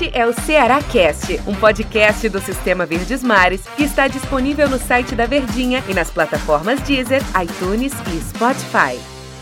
Este é o Ceará Cast, um podcast do Sistema Verdes Mares que está disponível no site da Verdinha e nas plataformas Deezer, iTunes e Spotify.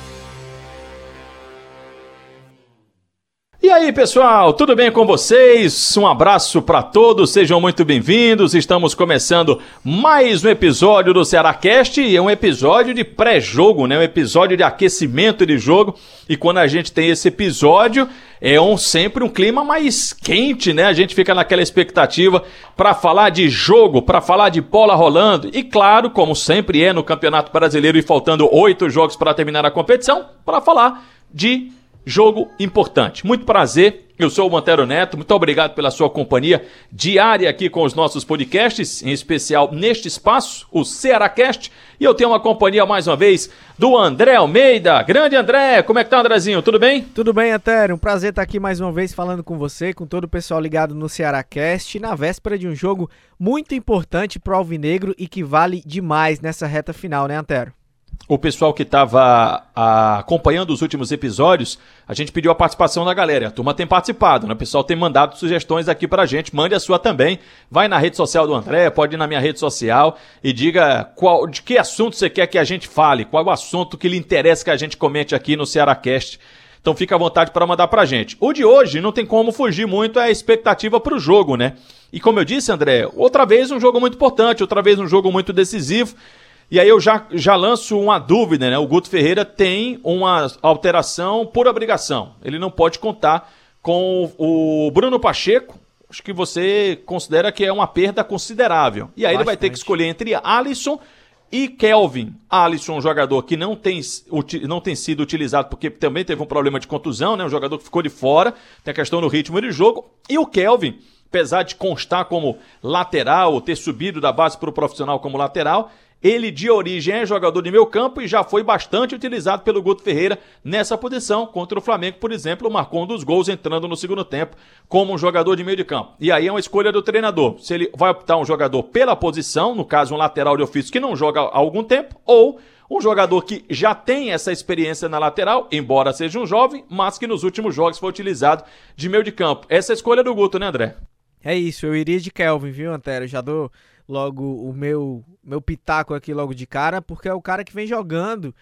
E aí, pessoal, tudo bem com vocês? Um abraço para todos, sejam muito bem-vindos. Estamos começando mais um episódio do Ceará Cast e é um episódio de pré-jogo, né? Um episódio de aquecimento de jogo. E quando a gente tem esse episódio, é sempre um clima mais quente, né? A gente fica naquela expectativa para falar de jogo, para falar de bola rolando. E claro, como sempre é no Campeonato Brasileiro e faltando 8 jogos para terminar a competição, para falar de jogo importante. Muito prazer, eu sou o Antero Neto, muito obrigado pela sua companhia diária aqui com os nossos podcasts, em especial neste espaço, o Ceará Cast, e eu tenho uma companhia mais uma vez do André Almeida. Grande André, como é que tá, Andrezinho? Tudo bem? Tudo bem, Antero, um prazer estar aqui mais uma vez falando com você, com todo o pessoal ligado no Ceará Cast, na véspera de um jogo muito importante pro Alvinegro e que vale demais nessa reta final, né, Antero? O pessoal que estava acompanhando os últimos episódios, a gente pediu a participação da galera. A turma tem participado, né? O pessoal tem mandado sugestões aqui pra gente. Mande a sua também. Vai na rede social do André, pode ir na minha rede social e diga de que assunto você quer que a gente fale, qual é o assunto que lhe interessa que a gente comente aqui no Ceará Cast. Então fica à vontade para mandar pra gente. O de hoje não tem como fugir muito, é a expectativa pro jogo, né? E como eu disse, André, outra vez um jogo muito importante, outra vez um jogo muito decisivo. E aí eu já lanço uma dúvida, né? O Guto Ferreira tem uma alteração por obrigação. Ele não pode contar com o Bruno Pacheco. Acho que você considera que é uma perda considerável. E aí ele vai ter que escolher entre Alisson e Kelvin. Alisson, um jogador que não tem sido utilizado porque também teve um problema de contusão, né? Um jogador que ficou de fora, tem a questão do ritmo de jogo. E o Kelvin, apesar de constar como lateral, ou ter subido da base para o profissional como lateral, ele de origem é jogador de meio campo e já foi bastante utilizado pelo Guto Ferreira nessa posição. Contra o Flamengo, por exemplo, marcou um dos gols entrando no segundo tempo como um jogador de meio de campo. E aí é uma escolha do treinador. Se ele vai optar um jogador pela posição, no caso um lateral de ofício que não joga há algum tempo, ou um jogador que já tem essa experiência na lateral, embora seja um jovem, mas que nos últimos jogos foi utilizado de meio de campo. Essa é a escolha do Guto, né, André? É isso, eu iria de Kelvin, viu, Antero? Já dou logo o meu pitaco aqui logo de cara, porque é o cara que vem jogando,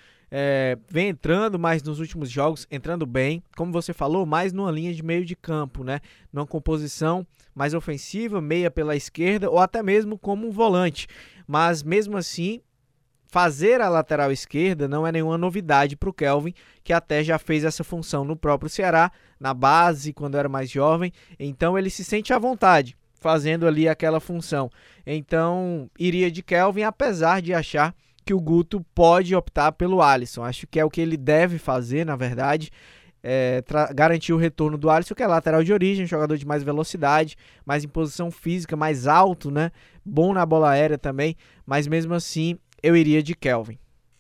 vem entrando mais nos últimos jogos, entrando bem, como você falou, mais numa linha de meio de campo, né? Numa composição mais ofensiva, meia pela esquerda ou até mesmo como um volante. Mas mesmo assim, fazer a lateral esquerda não é nenhuma novidade para o Kelvin, que até já fez essa função no próprio Ceará, na base, quando era mais jovem, então ele se sente à vontade fazendo ali aquela função. Então, iria de Kelvin, apesar de achar que o Guto pode optar pelo Alisson. Acho que é o que ele deve fazer, na verdade, garantir o retorno do Alisson, que é lateral de origem, jogador de mais velocidade, mais em posição física, mais alto, né? Bom na bola aérea também, mas mesmo assim, eu iria de Kelvin.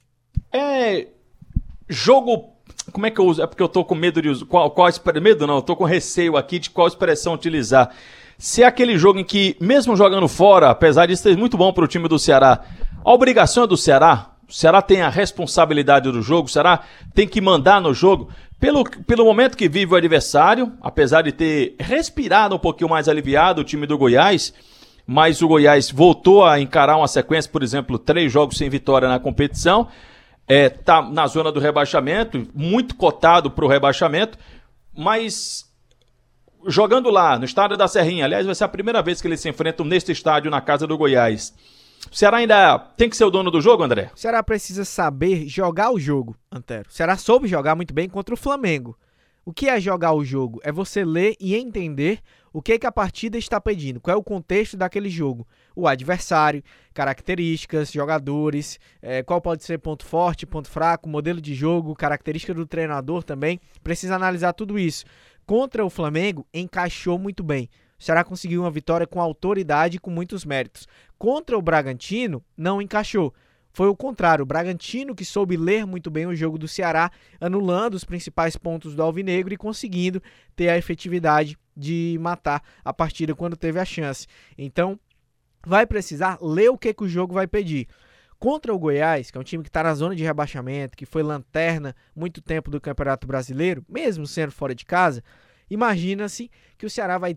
Jogo... Como é que eu uso? É porque eu tô com medo de usar... Medo não, eu tô com receio aqui de qual expressão utilizar. Se é aquele jogo em que, mesmo jogando fora, apesar disso ser muito bom para o time do Ceará, a obrigação é do Ceará. O Ceará tem a responsabilidade do jogo, o Ceará tem que mandar no jogo. Pelo momento que vive o adversário, apesar de ter respirado um pouquinho mais aliviado o time do Goiás, mas o Goiás voltou a encarar uma sequência, por exemplo, 3 jogos sem vitória na competição, tá na zona do rebaixamento, muito cotado para o rebaixamento, mas jogando lá, no estádio da Serrinha, aliás, vai ser a primeira vez que eles se enfrentam neste estádio, na casa do Goiás. O Ceará ainda tem que ser o dono do jogo, André? O Ceará precisa saber jogar o jogo, Antero. O Ceará soube jogar muito bem contra o Flamengo. O que é jogar o jogo? É você ler e entender o que a partida está pedindo, qual é o contexto daquele jogo, o adversário, características, jogadores, qual pode ser ponto forte, ponto fraco, modelo de jogo, característica do treinador também. Precisa analisar tudo isso. Contra o Flamengo, encaixou muito bem. O Ceará conseguiu uma vitória com autoridade e com muitos méritos. Contra o Bragantino, não encaixou. Foi o contrário, o Bragantino que soube ler muito bem o jogo do Ceará, anulando os principais pontos do Alvinegro e conseguindo ter a efetividade de matar a partida quando teve a chance. Então, vai precisar ler o que o jogo vai pedir. Contra o Goiás, que é um time que está na zona de rebaixamento, que foi lanterna muito tempo do Campeonato Brasileiro, mesmo sendo fora de casa, imagina-se que o Ceará vai ter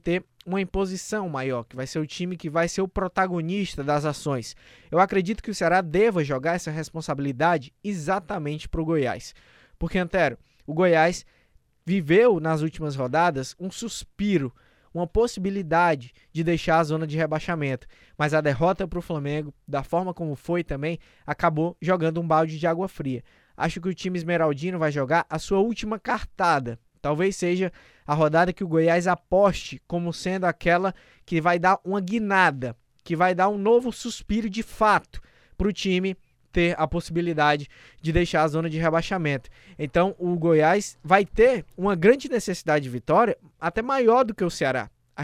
uma imposição maior, que vai ser o time que vai ser o protagonista das ações. Eu acredito que o Ceará deva jogar essa responsabilidade exatamente para o Goiás. Porque, Antero, o Goiás viveu nas últimas rodadas um suspiro, uma possibilidade de deixar a zona de rebaixamento. Mas a derrota para o Flamengo, da forma como foi também, acabou jogando um balde de água fria. Acho que o time esmeraldino vai jogar a sua última cartada. Talvez seja a rodada que o Goiás aposte como sendo aquela que vai dar uma guinada, que vai dar um novo suspiro de fato para o time ter a possibilidade de deixar a zona de rebaixamento. Então o Goiás vai ter uma grande necessidade de vitória, até maior do que o Ceará. A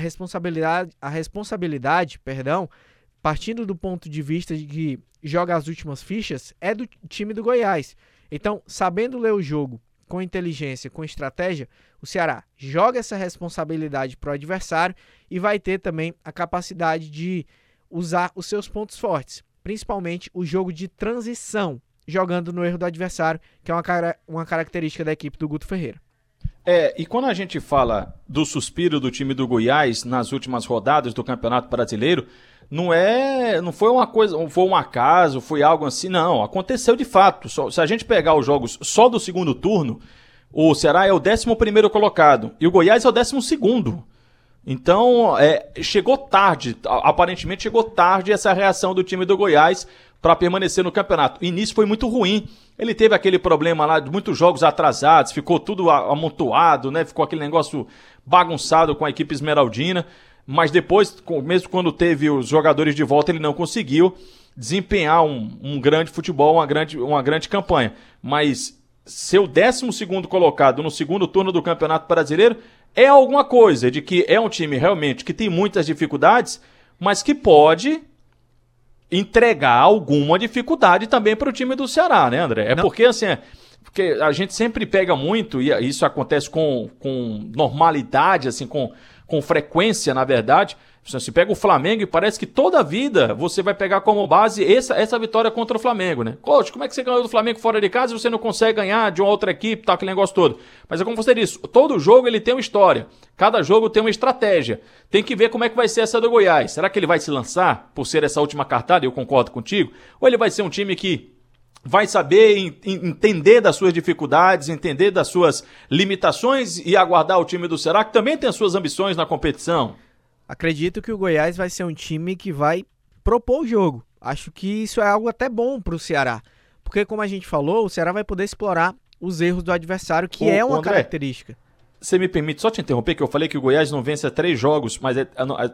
responsabilidade, partindo do ponto de vista de que joga as últimas fichas, é do time do Goiás. Então, sabendo ler o jogo com inteligência, com estratégia, o Ceará joga essa responsabilidade para o adversário e vai ter também a capacidade de usar os seus pontos fortes, principalmente o jogo de transição, jogando no erro do adversário, que é uma característica da equipe do Guto Ferreira. E quando a gente fala do suspiro do time do Goiás nas últimas rodadas do Campeonato Brasileiro, não foi uma coisa, foi um acaso, foi algo assim, não, aconteceu de fato. Se a gente pegar os jogos só do segundo turno, o Ceará é o 11º colocado e o Goiás é o 12º. Então, chegou tarde, aparentemente chegou tarde essa reação do time do Goiás para permanecer no campeonato. O início foi muito ruim. Ele teve aquele problema lá de muitos jogos atrasados, ficou tudo amontoado, né? Ficou aquele negócio bagunçado com a equipe esmeraldina. Mas depois, mesmo quando teve os jogadores de volta, ele não conseguiu desempenhar um grande futebol, uma grande campanha. Mas ser o 12º colocado no segundo turno do Campeonato Brasileiro é alguma coisa, de que é um time realmente que tem muitas dificuldades, mas que pode entregar alguma dificuldade também para o time do Ceará, né, André? Porque assim, porque a gente sempre pega muito, e isso acontece com normalidade, assim, com frequência, na verdade. Você pega o Flamengo e parece que toda a vida você vai pegar como base essa vitória contra o Flamengo, né? Coach, como é que você ganhou do Flamengo fora de casa e você não consegue ganhar de uma outra equipe, tá, aquele negócio todo? Mas é como você disse, todo jogo ele tem uma história, cada jogo tem uma estratégia. Tem que ver como é que vai ser essa do Goiás. Será que ele vai se lançar por ser essa última cartada, eu concordo contigo? Ou ele vai ser um time que vai saber entender das suas dificuldades, entender das suas limitações e aguardar o time do Ceará, que também tem as suas ambições na competição? Acredito que o Goiás vai ser um time que vai propor o jogo. Acho que isso é algo até bom para o Ceará. Porque, como a gente falou, o Ceará vai poder explorar os erros do adversário, que é uma André, característica. Você me permite só te interromper, que eu falei que o Goiás não vence 3 jogos, mas é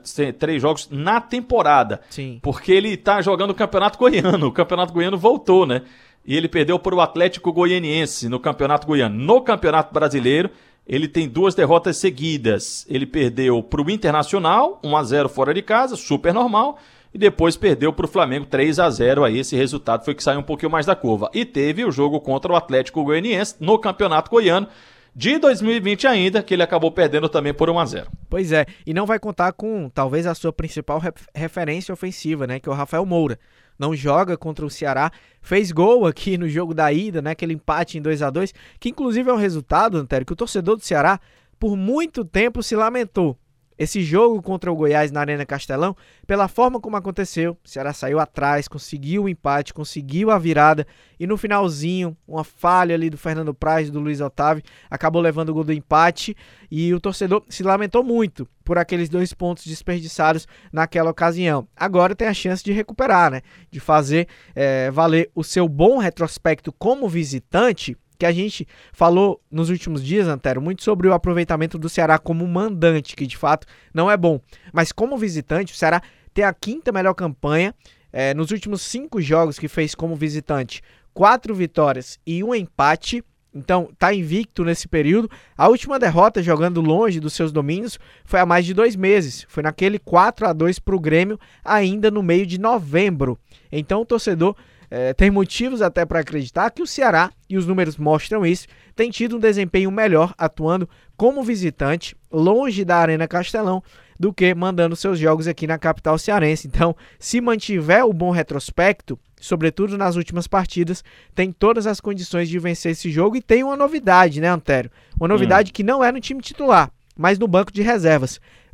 3 jogos na temporada. Sim. Porque ele tá jogando o Campeonato Goiano. O Campeonato Goiano voltou, né? E ele perdeu para o Atlético Goianiense no Campeonato Goiano. No Campeonato Brasileiro, ele tem 2 derrotas seguidas. Ele perdeu para o Internacional, 1-0 fora de casa, super normal. E depois perdeu para o Flamengo 3-0. Aí esse resultado foi que saiu um pouquinho mais da curva. E teve o jogo contra o Atlético Goianiense no Campeonato Goiano de 2020 ainda, que ele acabou perdendo também por 1-0. Pois é, e não vai contar com talvez a sua principal referência ofensiva, né, que é o Rafael Moura. Não joga contra o Ceará, fez gol aqui no jogo da ida, né, aquele empate em 2-2, que inclusive é um resultado, Antero, que o torcedor do Ceará por muito tempo se lamentou. Esse jogo contra o Goiás na Arena Castelão, pela forma como aconteceu, o Ceará saiu atrás, conseguiu o empate, conseguiu a virada e no finalzinho, uma falha ali do Fernando Praz e do Luiz Otávio, acabou levando o gol do empate e o torcedor se lamentou muito por aqueles 2 pontos desperdiçados naquela ocasião. Agora tem a chance de recuperar, né? De fazer valer o seu bom retrospecto como visitante, que a gente falou nos últimos dias, Antero, muito sobre o aproveitamento do Ceará como mandante, que de fato não é bom. Mas como visitante, o Ceará tem a 5ª melhor campanha. Nos últimos 5 jogos que fez como visitante, 4 vitórias e 1 empate. Então está invicto nesse período. A última derrota, jogando longe dos seus domínios, foi há mais de 2 meses. Foi naquele 4-2 para o Grêmio, ainda no meio de novembro. Então o torcedor tem motivos até para acreditar que o Ceará, e os números mostram isso, tem tido um desempenho melhor atuando como visitante, longe da Arena Castelão, do que mandando seus jogos aqui na capital cearense. Então, se mantiver o bom retrospecto, sobretudo nas últimas partidas, tem todas as condições de vencer esse jogo. E tem uma novidade, né, Antério? Uma novidade que não é no time titular, mas no banco de reservas.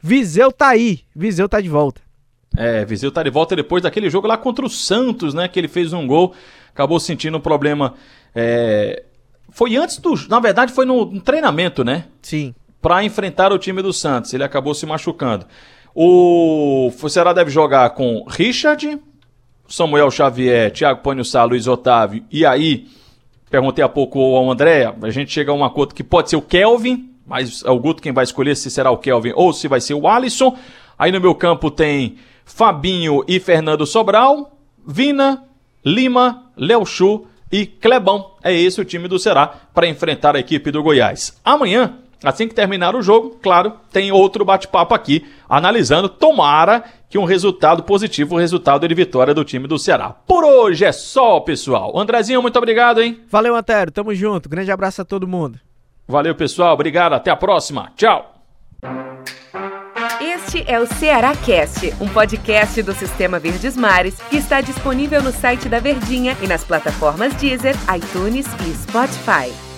Viseu tá aí, Viseu tá de volta. Viseu tá de volta depois daquele jogo lá contra o Santos, né? Que ele fez um gol, acabou sentindo um problema. Foi antes na verdade foi no treinamento, né? Sim. Para enfrentar o time do Santos, ele acabou se machucando. O Ceará deve jogar com Richard, Samuel Xavier, Thiago Panhussá, Luiz Otávio, e aí, perguntei há pouco ao André, a gente chega a um acordo que pode ser o Kelvin, mas é o Guto quem vai escolher se será o Kelvin ou se vai ser o Alisson. Aí no meu campo tem Fabinho e Fernando Sobral, Vina, Lima, Léo Chu e Clebão. É esse o time do Ceará para enfrentar a equipe do Goiás. Amanhã, assim que terminar o jogo, claro, tem outro bate-papo aqui, analisando, tomara que um resultado positivo, o resultado de vitória do time do Ceará. Por hoje é só, pessoal. Andrezinho, muito obrigado, hein? Valeu, Antero, tamo junto. Grande abraço a todo mundo. Valeu, pessoal. Obrigado. Até a próxima. Tchau. Este é o Ceará Cast, um podcast do Sistema Verdes Mares que está disponível no site da Verdinha e nas plataformas Deezer, iTunes e Spotify.